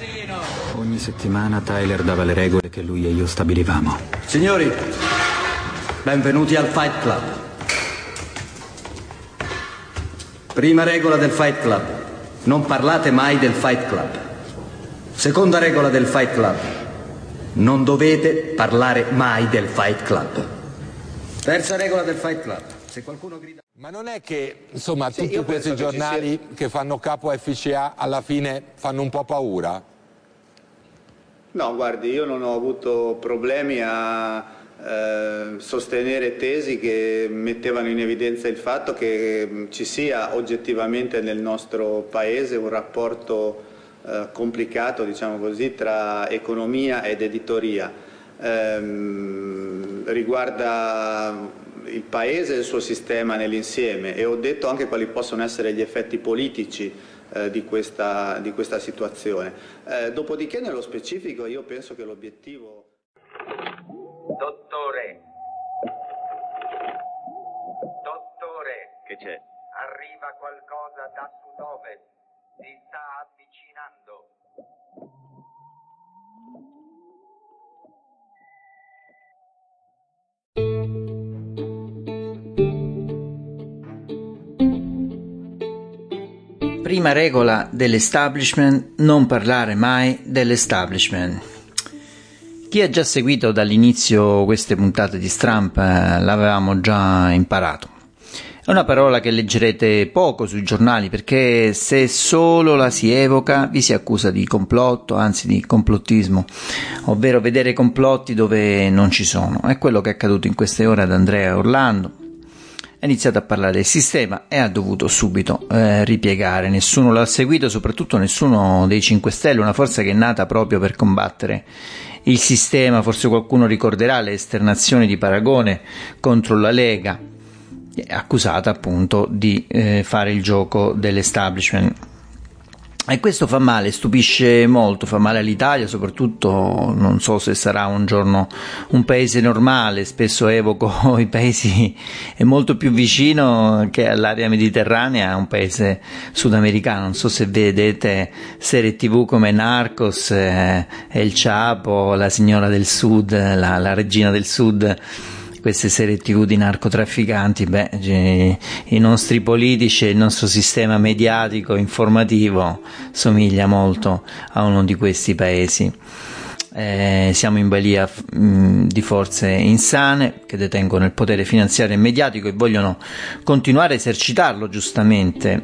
Ogni settimana Tyler dava le regole che lui e io stabilivamo. Signori, benvenuti al Fight Club. Prima regola del Fight Club: non parlate mai del Fight Club. Seconda regola del Fight Club: non dovete parlare mai del Fight Club. Terza regola del Fight Club: se qualcuno grida... Ma non è che, insomma, tutti questi giornali che fanno capo a FCA alla fine fanno un po' paura? No, guardi, io non ho avuto problemi a sostenere tesi che mettevano in evidenza il fatto che ci sia oggettivamente nel nostro Paese un rapporto complicato, diciamo così, tra economia ed editoria. Riguarda il Paese e il suo sistema nell'insieme, e ho detto anche quali possono essere gli effetti politici di questa situazione. Dopodiché, nello specifico, io penso che l'obiettivo... Dottore, che c'è? arriva qualcosa da sud-ovest, si sta avvicinando. Prima regola dell'establishment: non parlare mai dell'establishment. Chi ha già seguito dall'inizio queste puntate di Stramp l'avevamo già imparato. È una parola che leggerete poco sui giornali, perché se solo la si evoca vi si accusa di complotto, anzi di complottismo, ovvero vedere complotti dove non ci sono. È quello che è accaduto in queste ore ad Andrea Orlando. Ha iniziato a parlare del sistema e ha dovuto subito ripiegare. Nessuno l'ha seguito, soprattutto nessuno dei 5 Stelle, una forza che è nata proprio per combattere il sistema. Forse qualcuno ricorderà le esternazioni di Paragone contro la Lega, accusata appunto di fare il gioco dell'establishment. E questo fa male, stupisce molto, fa male all'Italia, soprattutto non so se sarà un giorno un paese normale. Spesso evoco i paesi, è molto più vicino che all'area mediterranea, un paese sudamericano. Non so se vedete serie TV come Narcos, El Chapo, La Signora del Sud, la Regina del Sud, queste serie TV di narcotrafficanti. I nostri politici e il nostro sistema mediatico informativo somiglia molto a uno di questi paesi. Siamo in balia di forze insane che detengono il potere finanziario e mediatico e vogliono continuare a esercitarlo, giustamente.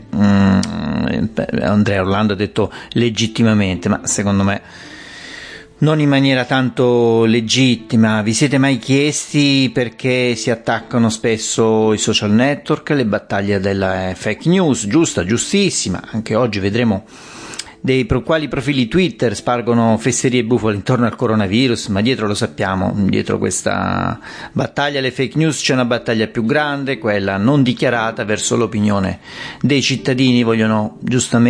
Andrea Orlando ha detto legittimamente, ma secondo me non in maniera tanto legittima. Vi siete mai chiesti perché si attaccano spesso i social network, le battaglie della fake news? Giusta, giustissima. Anche oggi vedremo quali profili Twitter spargono fesserie e bufale intorno al coronavirus, ma dietro, lo sappiamo, dietro questa battaglia alle fake news c'è una battaglia più grande, quella non dichiarata verso l'opinione dei cittadini. Vogliono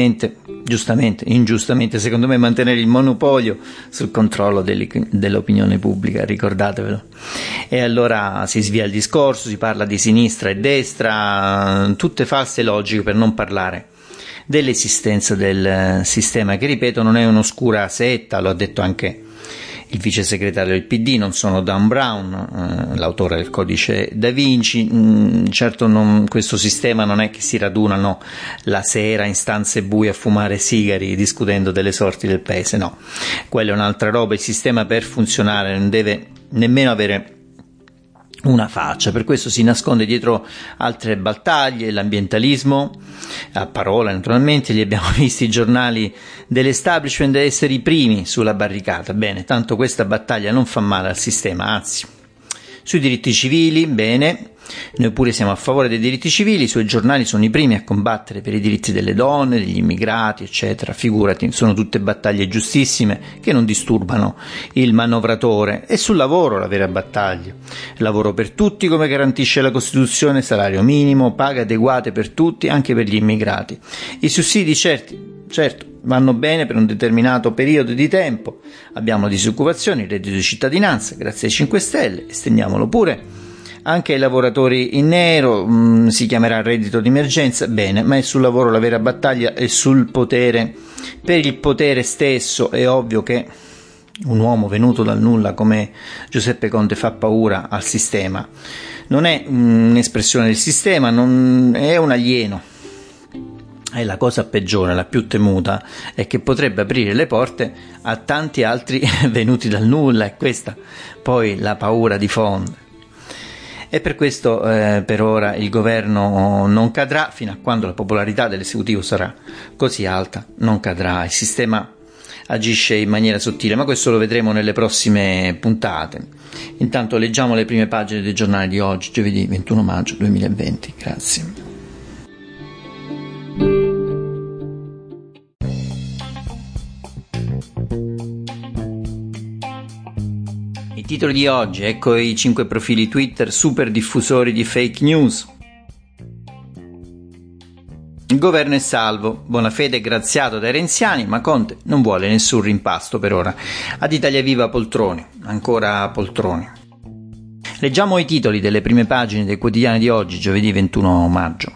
ingiustamente secondo me mantenere il monopolio sul controllo dell'opinione pubblica, ricordatevelo. E allora si svia il discorso, si parla di sinistra e destra, tutte false logiche, per non parlare dell'esistenza del sistema, che ripeto non è un'oscura setta. Lo ha detto anche il vice segretario del PD, non sono Dan Brown, l'autore del codice Da Vinci. Certo questo sistema non è che si radunano la sera in stanze buie a fumare sigari discutendo delle sorti del paese, no, quella è un'altra roba. Il sistema, per funzionare, non deve nemmeno avere una faccia, per questo si nasconde dietro altre battaglie. L'ambientalismo, a parola naturalmente, li abbiamo visti i giornali dell'establishment deve essere i primi sulla barricata. Bene, tanto questa battaglia non fa male al sistema, anzi. Sui diritti civili, bene, noi pure siamo a favore dei diritti civili, i suoi giornali sono i primi a combattere per i diritti delle donne, degli immigrati, eccetera. Figurati, sono tutte battaglie giustissime che non disturbano il manovratore. E sul lavoro, la vera battaglia: lavoro per tutti, come garantisce la Costituzione, salario minimo, paghe adeguate per tutti, anche per gli immigrati. I sussidi, certo, vanno bene per un determinato periodo di tempo. Abbiamo disoccupazione, il reddito di cittadinanza, grazie ai 5 Stelle, estendiamolo pure anche ai lavoratori in nero, si chiamerà reddito di emergenza, bene, ma è sul lavoro la vera battaglia, e sul potere Per il potere stesso è ovvio che un uomo venuto dal nulla come Giuseppe Conte fa paura al sistema. Non è un'espressione del sistema, non è un alieno. E la cosa peggiore, la più temuta, è che potrebbe aprire le porte a tanti altri venuti dal nulla, e questa poi la paura di fondo. E per questo per ora il governo non cadrà, fino a quando la popolarità dell'esecutivo sarà così alta, non cadrà. Il sistema agisce in maniera sottile, ma questo lo vedremo nelle prossime puntate. Intanto leggiamo le prime pagine del giornale di oggi, giovedì 21 maggio 2020. Grazie. I titoli di oggi, ecco i 5 profili Twitter super diffusori di fake news. Il governo è salvo, Bonafede è graziato dai renziani, ma Conte non vuole nessun rimpasto per ora. Ad Italia Viva poltroni, ancora poltroni. Leggiamo i titoli delle prime pagine dei quotidiani di oggi, giovedì 21 maggio.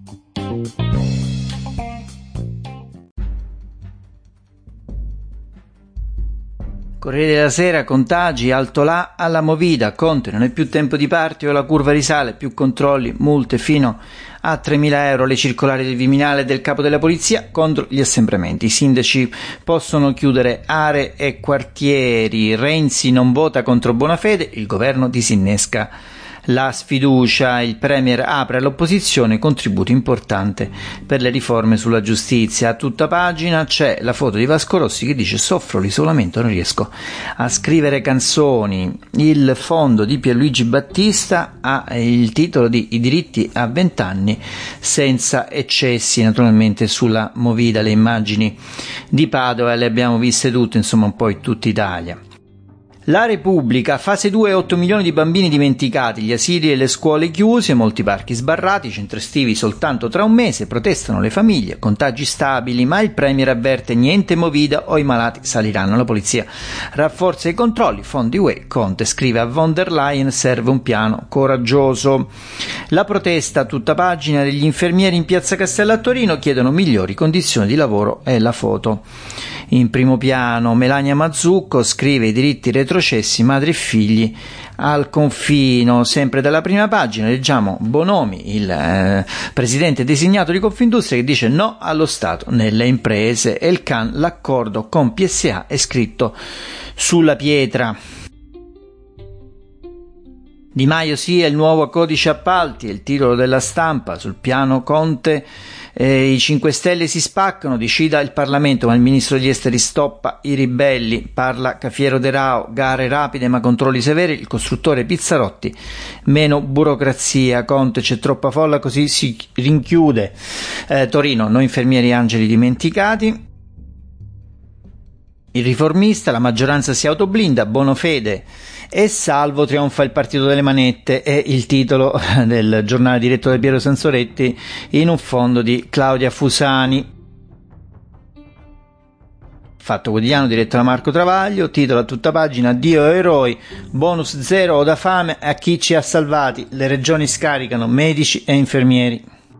Corriere della Sera, contagi, alto là alla Movida, Conte non è più tempo di party o la curva risale, più controlli, multe fino a 3.000 euro, le circolari del Viminale e del capo della polizia contro gli assembramenti, i sindaci possono chiudere aree e quartieri, Renzi non vota contro Bonafede, il governo disinnesca la sfiducia, il premier apre all'opposizione, contributo importante per le riforme sulla giustizia. A tutta pagina c'è la foto di Vasco Rossi che dice: soffro l'isolamento, non riesco a scrivere canzoni. Il fondo di Pierluigi Battista ha il titolo di I diritti a 20 anni senza eccessi, naturalmente sulla Movida. Le immagini di Padova le abbiamo viste tutte, insomma un po' in tutta Italia. La Repubblica, fase 2, 8 milioni di bambini dimenticati, gli asili e le scuole chiuse, molti parchi sbarrati, centri estivi soltanto tra un mese, protestano le famiglie, contagi stabili, ma il premier avverte niente Movida o i malati saliranno. La polizia rafforza i controlli, fondi UE, Conte scrive a von der Leyen serve un piano coraggioso. La protesta a tutta pagina degli infermieri in piazza Castello a Torino chiedono migliori condizioni di lavoro e la foto. In primo piano Melania Mazzucco scrive i diritti retrocessi, madri e figli al confino. Sempre dalla prima pagina leggiamo Bonomi, il presidente designato di Confindustria, che dice no allo Stato nelle imprese, e il CAN, l'accordo con PSA è scritto sulla pietra. Di Maio sì è il nuovo codice appalti, è il titolo della Stampa. Sul piano Conte i 5 Stelle si spaccano, decida il Parlamento, ma il ministro degli esteri stoppa i ribelli. Parla Cafiero De Rao, gare rapide ma controlli severi, il costruttore Pizzarotti, meno burocrazia. Conte, c'è troppa folla così si rinchiude. Torino, no infermieri angeli dimenticati. Il Riformista, la maggioranza si autoblinda, Bonafede e salvo, trionfa il partito delle manette, è il titolo del giornale diretto da Piero Sansonetti in un fondo di Claudia Fusani. Fatto Quotidiano diretto da Marco Travaglio, titolo a tutta pagina: Dio eroi, bonus zero o da fame a chi ci ha salvati, le regioni scaricano medici e infermieri.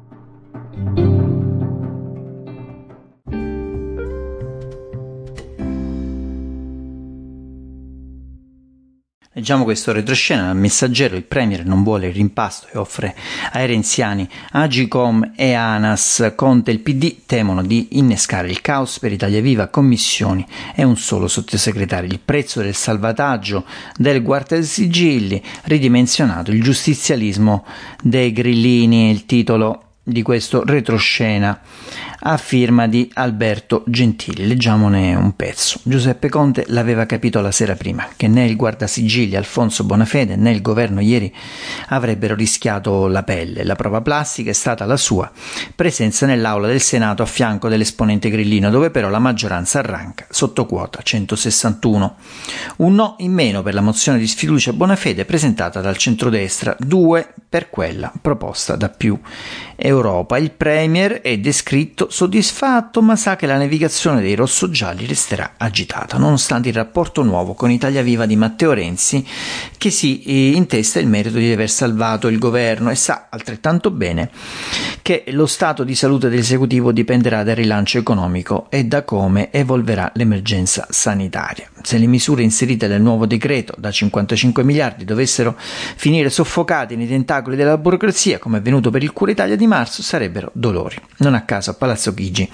Leggiamo questo retroscena. Al Messaggero il premier non vuole il rimpasto e offre ai renziani Agcom e ANAS. Conte e il PD temono di innescare il caos per Italia Viva, commissioni e un solo sottosegretario. Il prezzo del salvataggio del guardasigilli, ridimensionato il giustizialismo dei grillini, il titolo di questo retroscena a firma di Alberto Gentili. Leggiamone un pezzo. Giuseppe Conte l'aveva capito la sera prima, che né il guardasigilli Alfonso Bonafede né il governo ieri avrebbero rischiato la pelle. La prova plastica è stata la sua presenza nell'aula del Senato a fianco dell'esponente grillino, dove però la maggioranza arranca sotto quota 161. Un no in meno per la mozione di sfiducia Bonafede presentata dal centrodestra, 2 per quella proposta da Più Europa. Il premier è descritto soddisfatto, ma sa che la navigazione dei rossogialli resterà agitata, nonostante il rapporto nuovo con Italia Viva di Matteo Renzi, che si intesta il merito di aver salvato il governo, e sa altrettanto bene che lo stato di salute dell'esecutivo dipenderà dal rilancio economico e da come evolverà l'emergenza sanitaria. Se le misure inserite nel nuovo decreto da 55 miliardi dovessero finire soffocate nei tentacoli della burocrazia, come è avvenuto per il Cura Italia di marzo, sarebbero dolori. Non a caso a Palazzo Chigi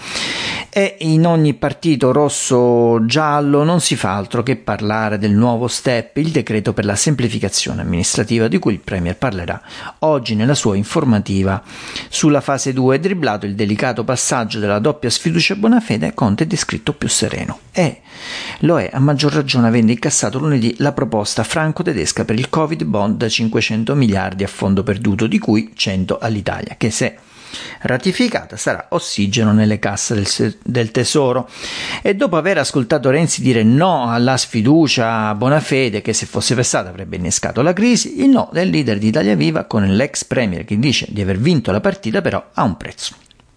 e in ogni partito rosso-giallo non si fa altro che parlare del nuovo step, il decreto per la semplificazione amministrativa, di cui il Premier parlerà oggi nella sua informativa sulla fase 2. Dribblato il delicato passaggio della doppia sfiducia Bonafede, Conte è descritto più sereno, e lo è a maggior ragione avendo incassato lunedì la proposta franco-tedesca per il Covid bond da 500 miliardi a fondo perduto, di cui 100 all'Italia, che se ratificata sarà ossigeno nelle casse del tesoro. E dopo aver ascoltato Renzi dire no alla sfiducia a Bonafede, che se fosse passata avrebbe innescato la crisi, il no del leader di Italia Viva con l'ex premier che dice di aver vinto la partita però a un prezzo.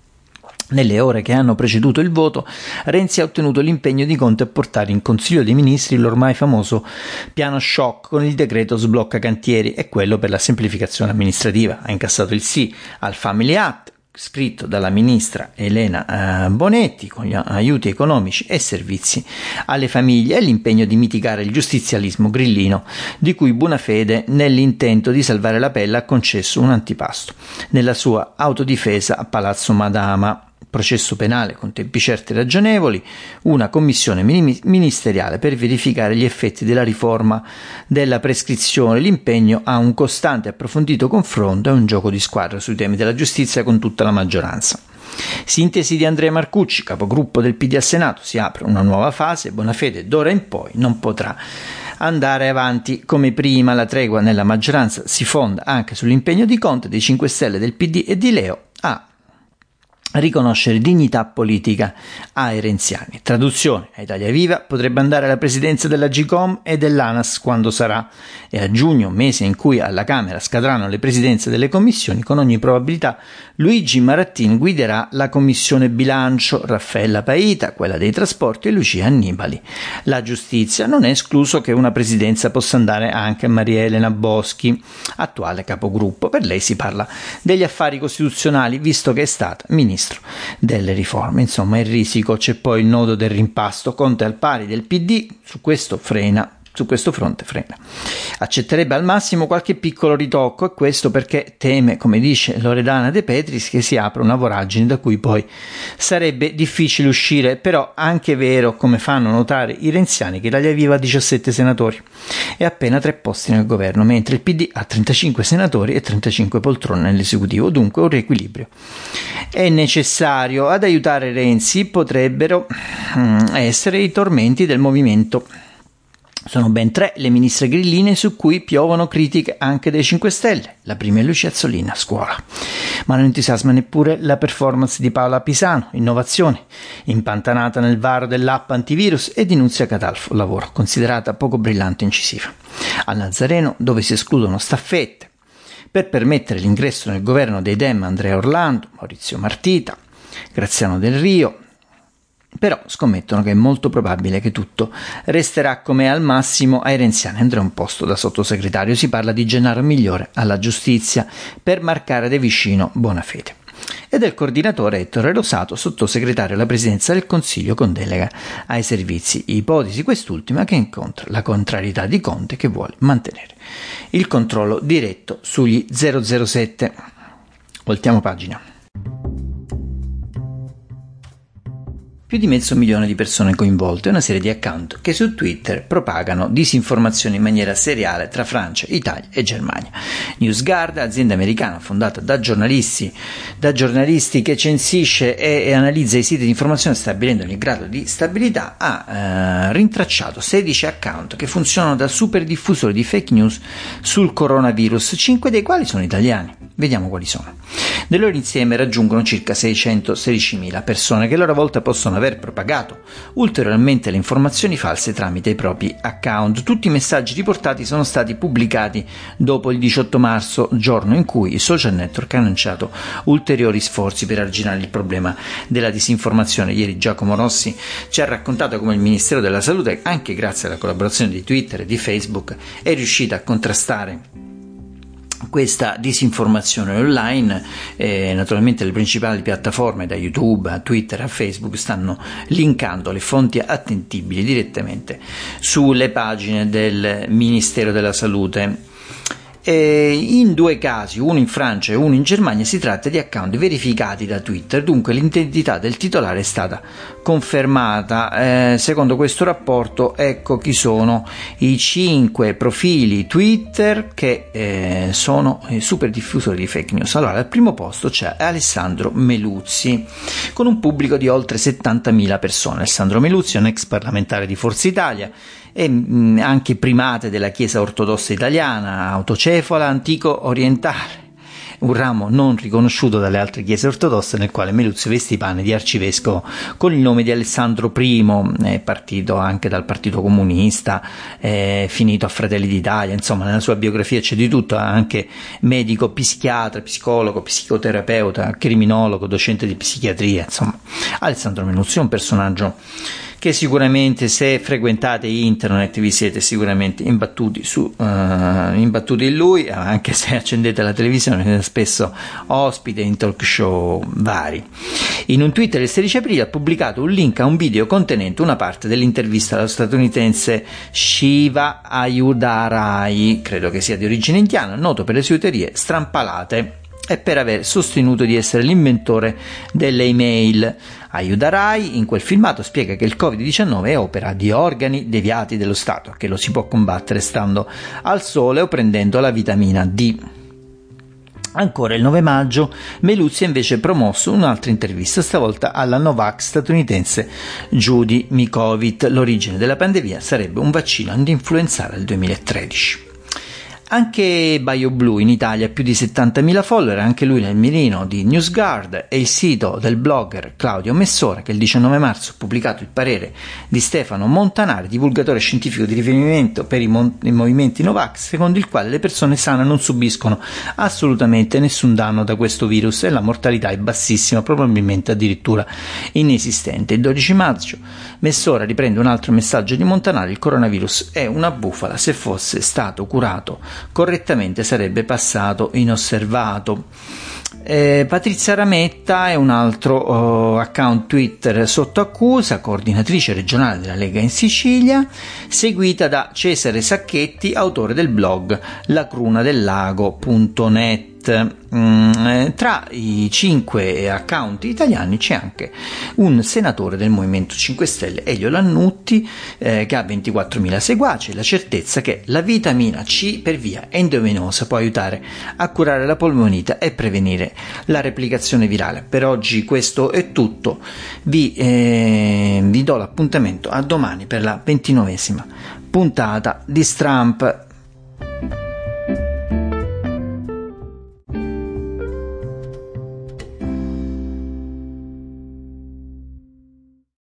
Nelle ore che hanno preceduto il voto, Renzi ha ottenuto l'impegno di Conte a portare in Consiglio dei Ministri l'ormai famoso piano shock con il decreto sblocca cantieri e quello per la semplificazione amministrativa. Ha incassato il sì al Family Act, scritto dalla ministra Elena Bonetti, con gli aiuti economici e servizi alle famiglie, e l'impegno di mitigare il giustizialismo grillino, di cui Bonafede, nell'intento di salvare la pelle, ha concesso un antipasto nella sua autodifesa a Palazzo Madama. Processo penale con tempi certi e ragionevoli, una commissione ministeriale per verificare gli effetti della riforma della prescrizione, l'impegno a un costante e approfondito confronto e un gioco di squadra sui temi della giustizia con tutta la maggioranza. Sintesi di Andrea Marcucci, capogruppo del PD al Senato: si apre una nuova fase, Bonafede d'ora in poi non potrà andare avanti come prima, la tregua nella maggioranza si fonda anche sull'impegno di Conte, dei 5 Stelle, del PD e di Leo a riconoscere dignità politica ai renziani. Traduzione: a Italia Viva potrebbe andare alla presidenza della Gcom e dell'ANAS quando sarà, e a giugno, mese in cui alla Camera scadranno le presidenze delle commissioni, con ogni probabilità Luigi Marattini guiderà la commissione bilancio, Raffaella Paita quella dei trasporti e Lucia Annibali la giustizia. Non è escluso che una presidenza possa andare anche a Maria Elena Boschi, attuale capogruppo. Per lei si parla degli affari costituzionali, visto che è stata ministro delle riforme. Insomma, il risico. C'è poi il nodo del rimpasto. Conte, al pari del PD, su questo fronte frena. Accetterebbe al massimo qualche piccolo ritocco, e questo perché teme, come dice Loredana De Petris, che si apra una voragine da cui poi sarebbe difficile uscire. Però anche vero, come fanno notare i renziani, che Italia Viva ha 17 senatori e appena 3 posti nel governo, mentre il PD ha 35 senatori e 35 poltrone nell'esecutivo. Dunque un riequilibrio è necessario. Ad aiutare Renzi potrebbero essere i tormenti del movimento. Sono ben 3 le ministre grilline su cui piovono critiche anche dei 5 Stelle. La prima è Lucia Azzolina, a scuola. Ma non entusiasma neppure la performance di Paola Pisano, innovazione, impantanata nel varo dell'app antivirus, e di Nunzia Catalfo, lavoro, considerata poco brillante e incisiva. Al Nazareno, dove si escludono staffette per permettere l'ingresso nel governo dei Dem Andrea Orlando, Maurizio Martita, Graziano Del Rio, però scommettono che è molto probabile che tutto resterà come al massimo ai renziani andrà un posto da sottosegretario. Si parla di Gennaro Migliore alla giustizia per marcare da vicino Bonafede, e del coordinatore Ettore Rosato, sottosegretario alla presidenza del Consiglio con delega ai servizi, ipotesi quest'ultima che incontra la contrarietà di Conte, che vuole mantenere il controllo diretto sugli 007. Voltiamo pagina. Più di 500.000 di persone coinvolte e una serie di account che su Twitter propagano disinformazioni in maniera seriale tra Francia, Italia e Germania. NewsGuard, azienda americana fondata da giornalisti che censisce e analizza i siti di informazione stabilendone il grado di stabilità, ha rintracciato 16 account che funzionano da super diffusori di fake news sul coronavirus, 5 dei quali sono italiani. Vediamo quali sono. Nel loro insieme raggiungono circa 616.000 persone che a loro volta possono sostengono aver propagato ulteriormente le informazioni false tramite i propri account. Tutti i messaggi riportati sono stati pubblicati dopo il 18 marzo, giorno in cui i social network hanno annunciato ulteriori sforzi per arginare il problema della disinformazione. Ieri Giacomo Rossi ci ha raccontato come il Ministero della Salute, anche grazie alla collaborazione di Twitter e di Facebook, è riuscito a contrastare questa disinformazione online. Naturalmente le principali piattaforme, da YouTube a Twitter a Facebook, stanno linkando le fonti attendibili direttamente sulle pagine del Ministero della Salute. In due casi, uno in Francia e uno in Germania, si tratta di account verificati da Twitter, dunque l'identità del titolare è stata confermata. Secondo questo rapporto, ecco chi sono i 5 profili Twitter che sono super diffusori di fake news. Allora, al primo posto c'è Alessandro Meluzzi, con un pubblico di oltre 70.000 persone. Alessandro Meluzzi è un ex parlamentare di Forza Italia e anche primate della Chiesa ortodossa italiana, autocefala, antico orientale, un ramo non riconosciuto dalle altre chiese ortodosse, nel quale Meluzzi veste i panni di arcivescovo con il nome di Alessandro I, è partito anche dal Partito Comunista, è finito a Fratelli d'Italia. Insomma, nella sua biografia c'è di tutto, anche medico, psichiatra, psicologo, psicoterapeuta, criminologo, docente di psichiatria. Insomma, Alessandro Meluzzi è un personaggio che sicuramente, se frequentate internet, vi siete sicuramente imbattuti in lui, anche se accendete la televisione, è spesso ospite in talk show vari. In un Twitter il 16 aprile ha pubblicato un link a un video contenente una parte dell'intervista allo statunitense Shiva Ayudarai, credo che sia di origine indiana, noto per le sue teorie strampalate e per aver sostenuto di essere l'inventore delle email. Ayudarai in quel filmato spiega che il Covid-19 è opera di organi deviati dello Stato, che lo si può combattere stando al sole o prendendo la vitamina D. Ancora il 9 maggio Meluzzi ha invece promosso un'altra intervista, stavolta alla Novax statunitense Judy Mikovit. L'origine della pandemia sarebbe un vaccino anti-influenzale del 2013. Anche BioBlue in Italia ha più di 70.000 follower, anche lui nel mirino di NewsGuard, e il sito del blogger Claudio Messora, che il 19 marzo ha pubblicato il parere di Stefano Montanari, divulgatore scientifico di riferimento per i movimenti Novax, secondo il quale le persone sane non subiscono assolutamente nessun danno da questo virus e la mortalità è bassissima, probabilmente addirittura inesistente. Il 12 maggio Messora riprende un altro messaggio di Montanari: il coronavirus è una bufala, se fosse stato curato correttamente sarebbe passato inosservato. Patrizia Rametta è un altro account Twitter sotto accusa, coordinatrice regionale della Lega in Sicilia, seguita da Cesare Sacchetti, autore del blog lacrunadellago.net. Tra i 5 account italiani c'è anche un senatore del Movimento 5 Stelle, Elio Lannutti, che ha 24.000 seguaci. La certezza che la vitamina C per via endovenosa può aiutare a curare la polmonite e prevenire la replicazione virale. Per oggi questo è tutto, vi do l'appuntamento a domani per la 29esima puntata di Stramp.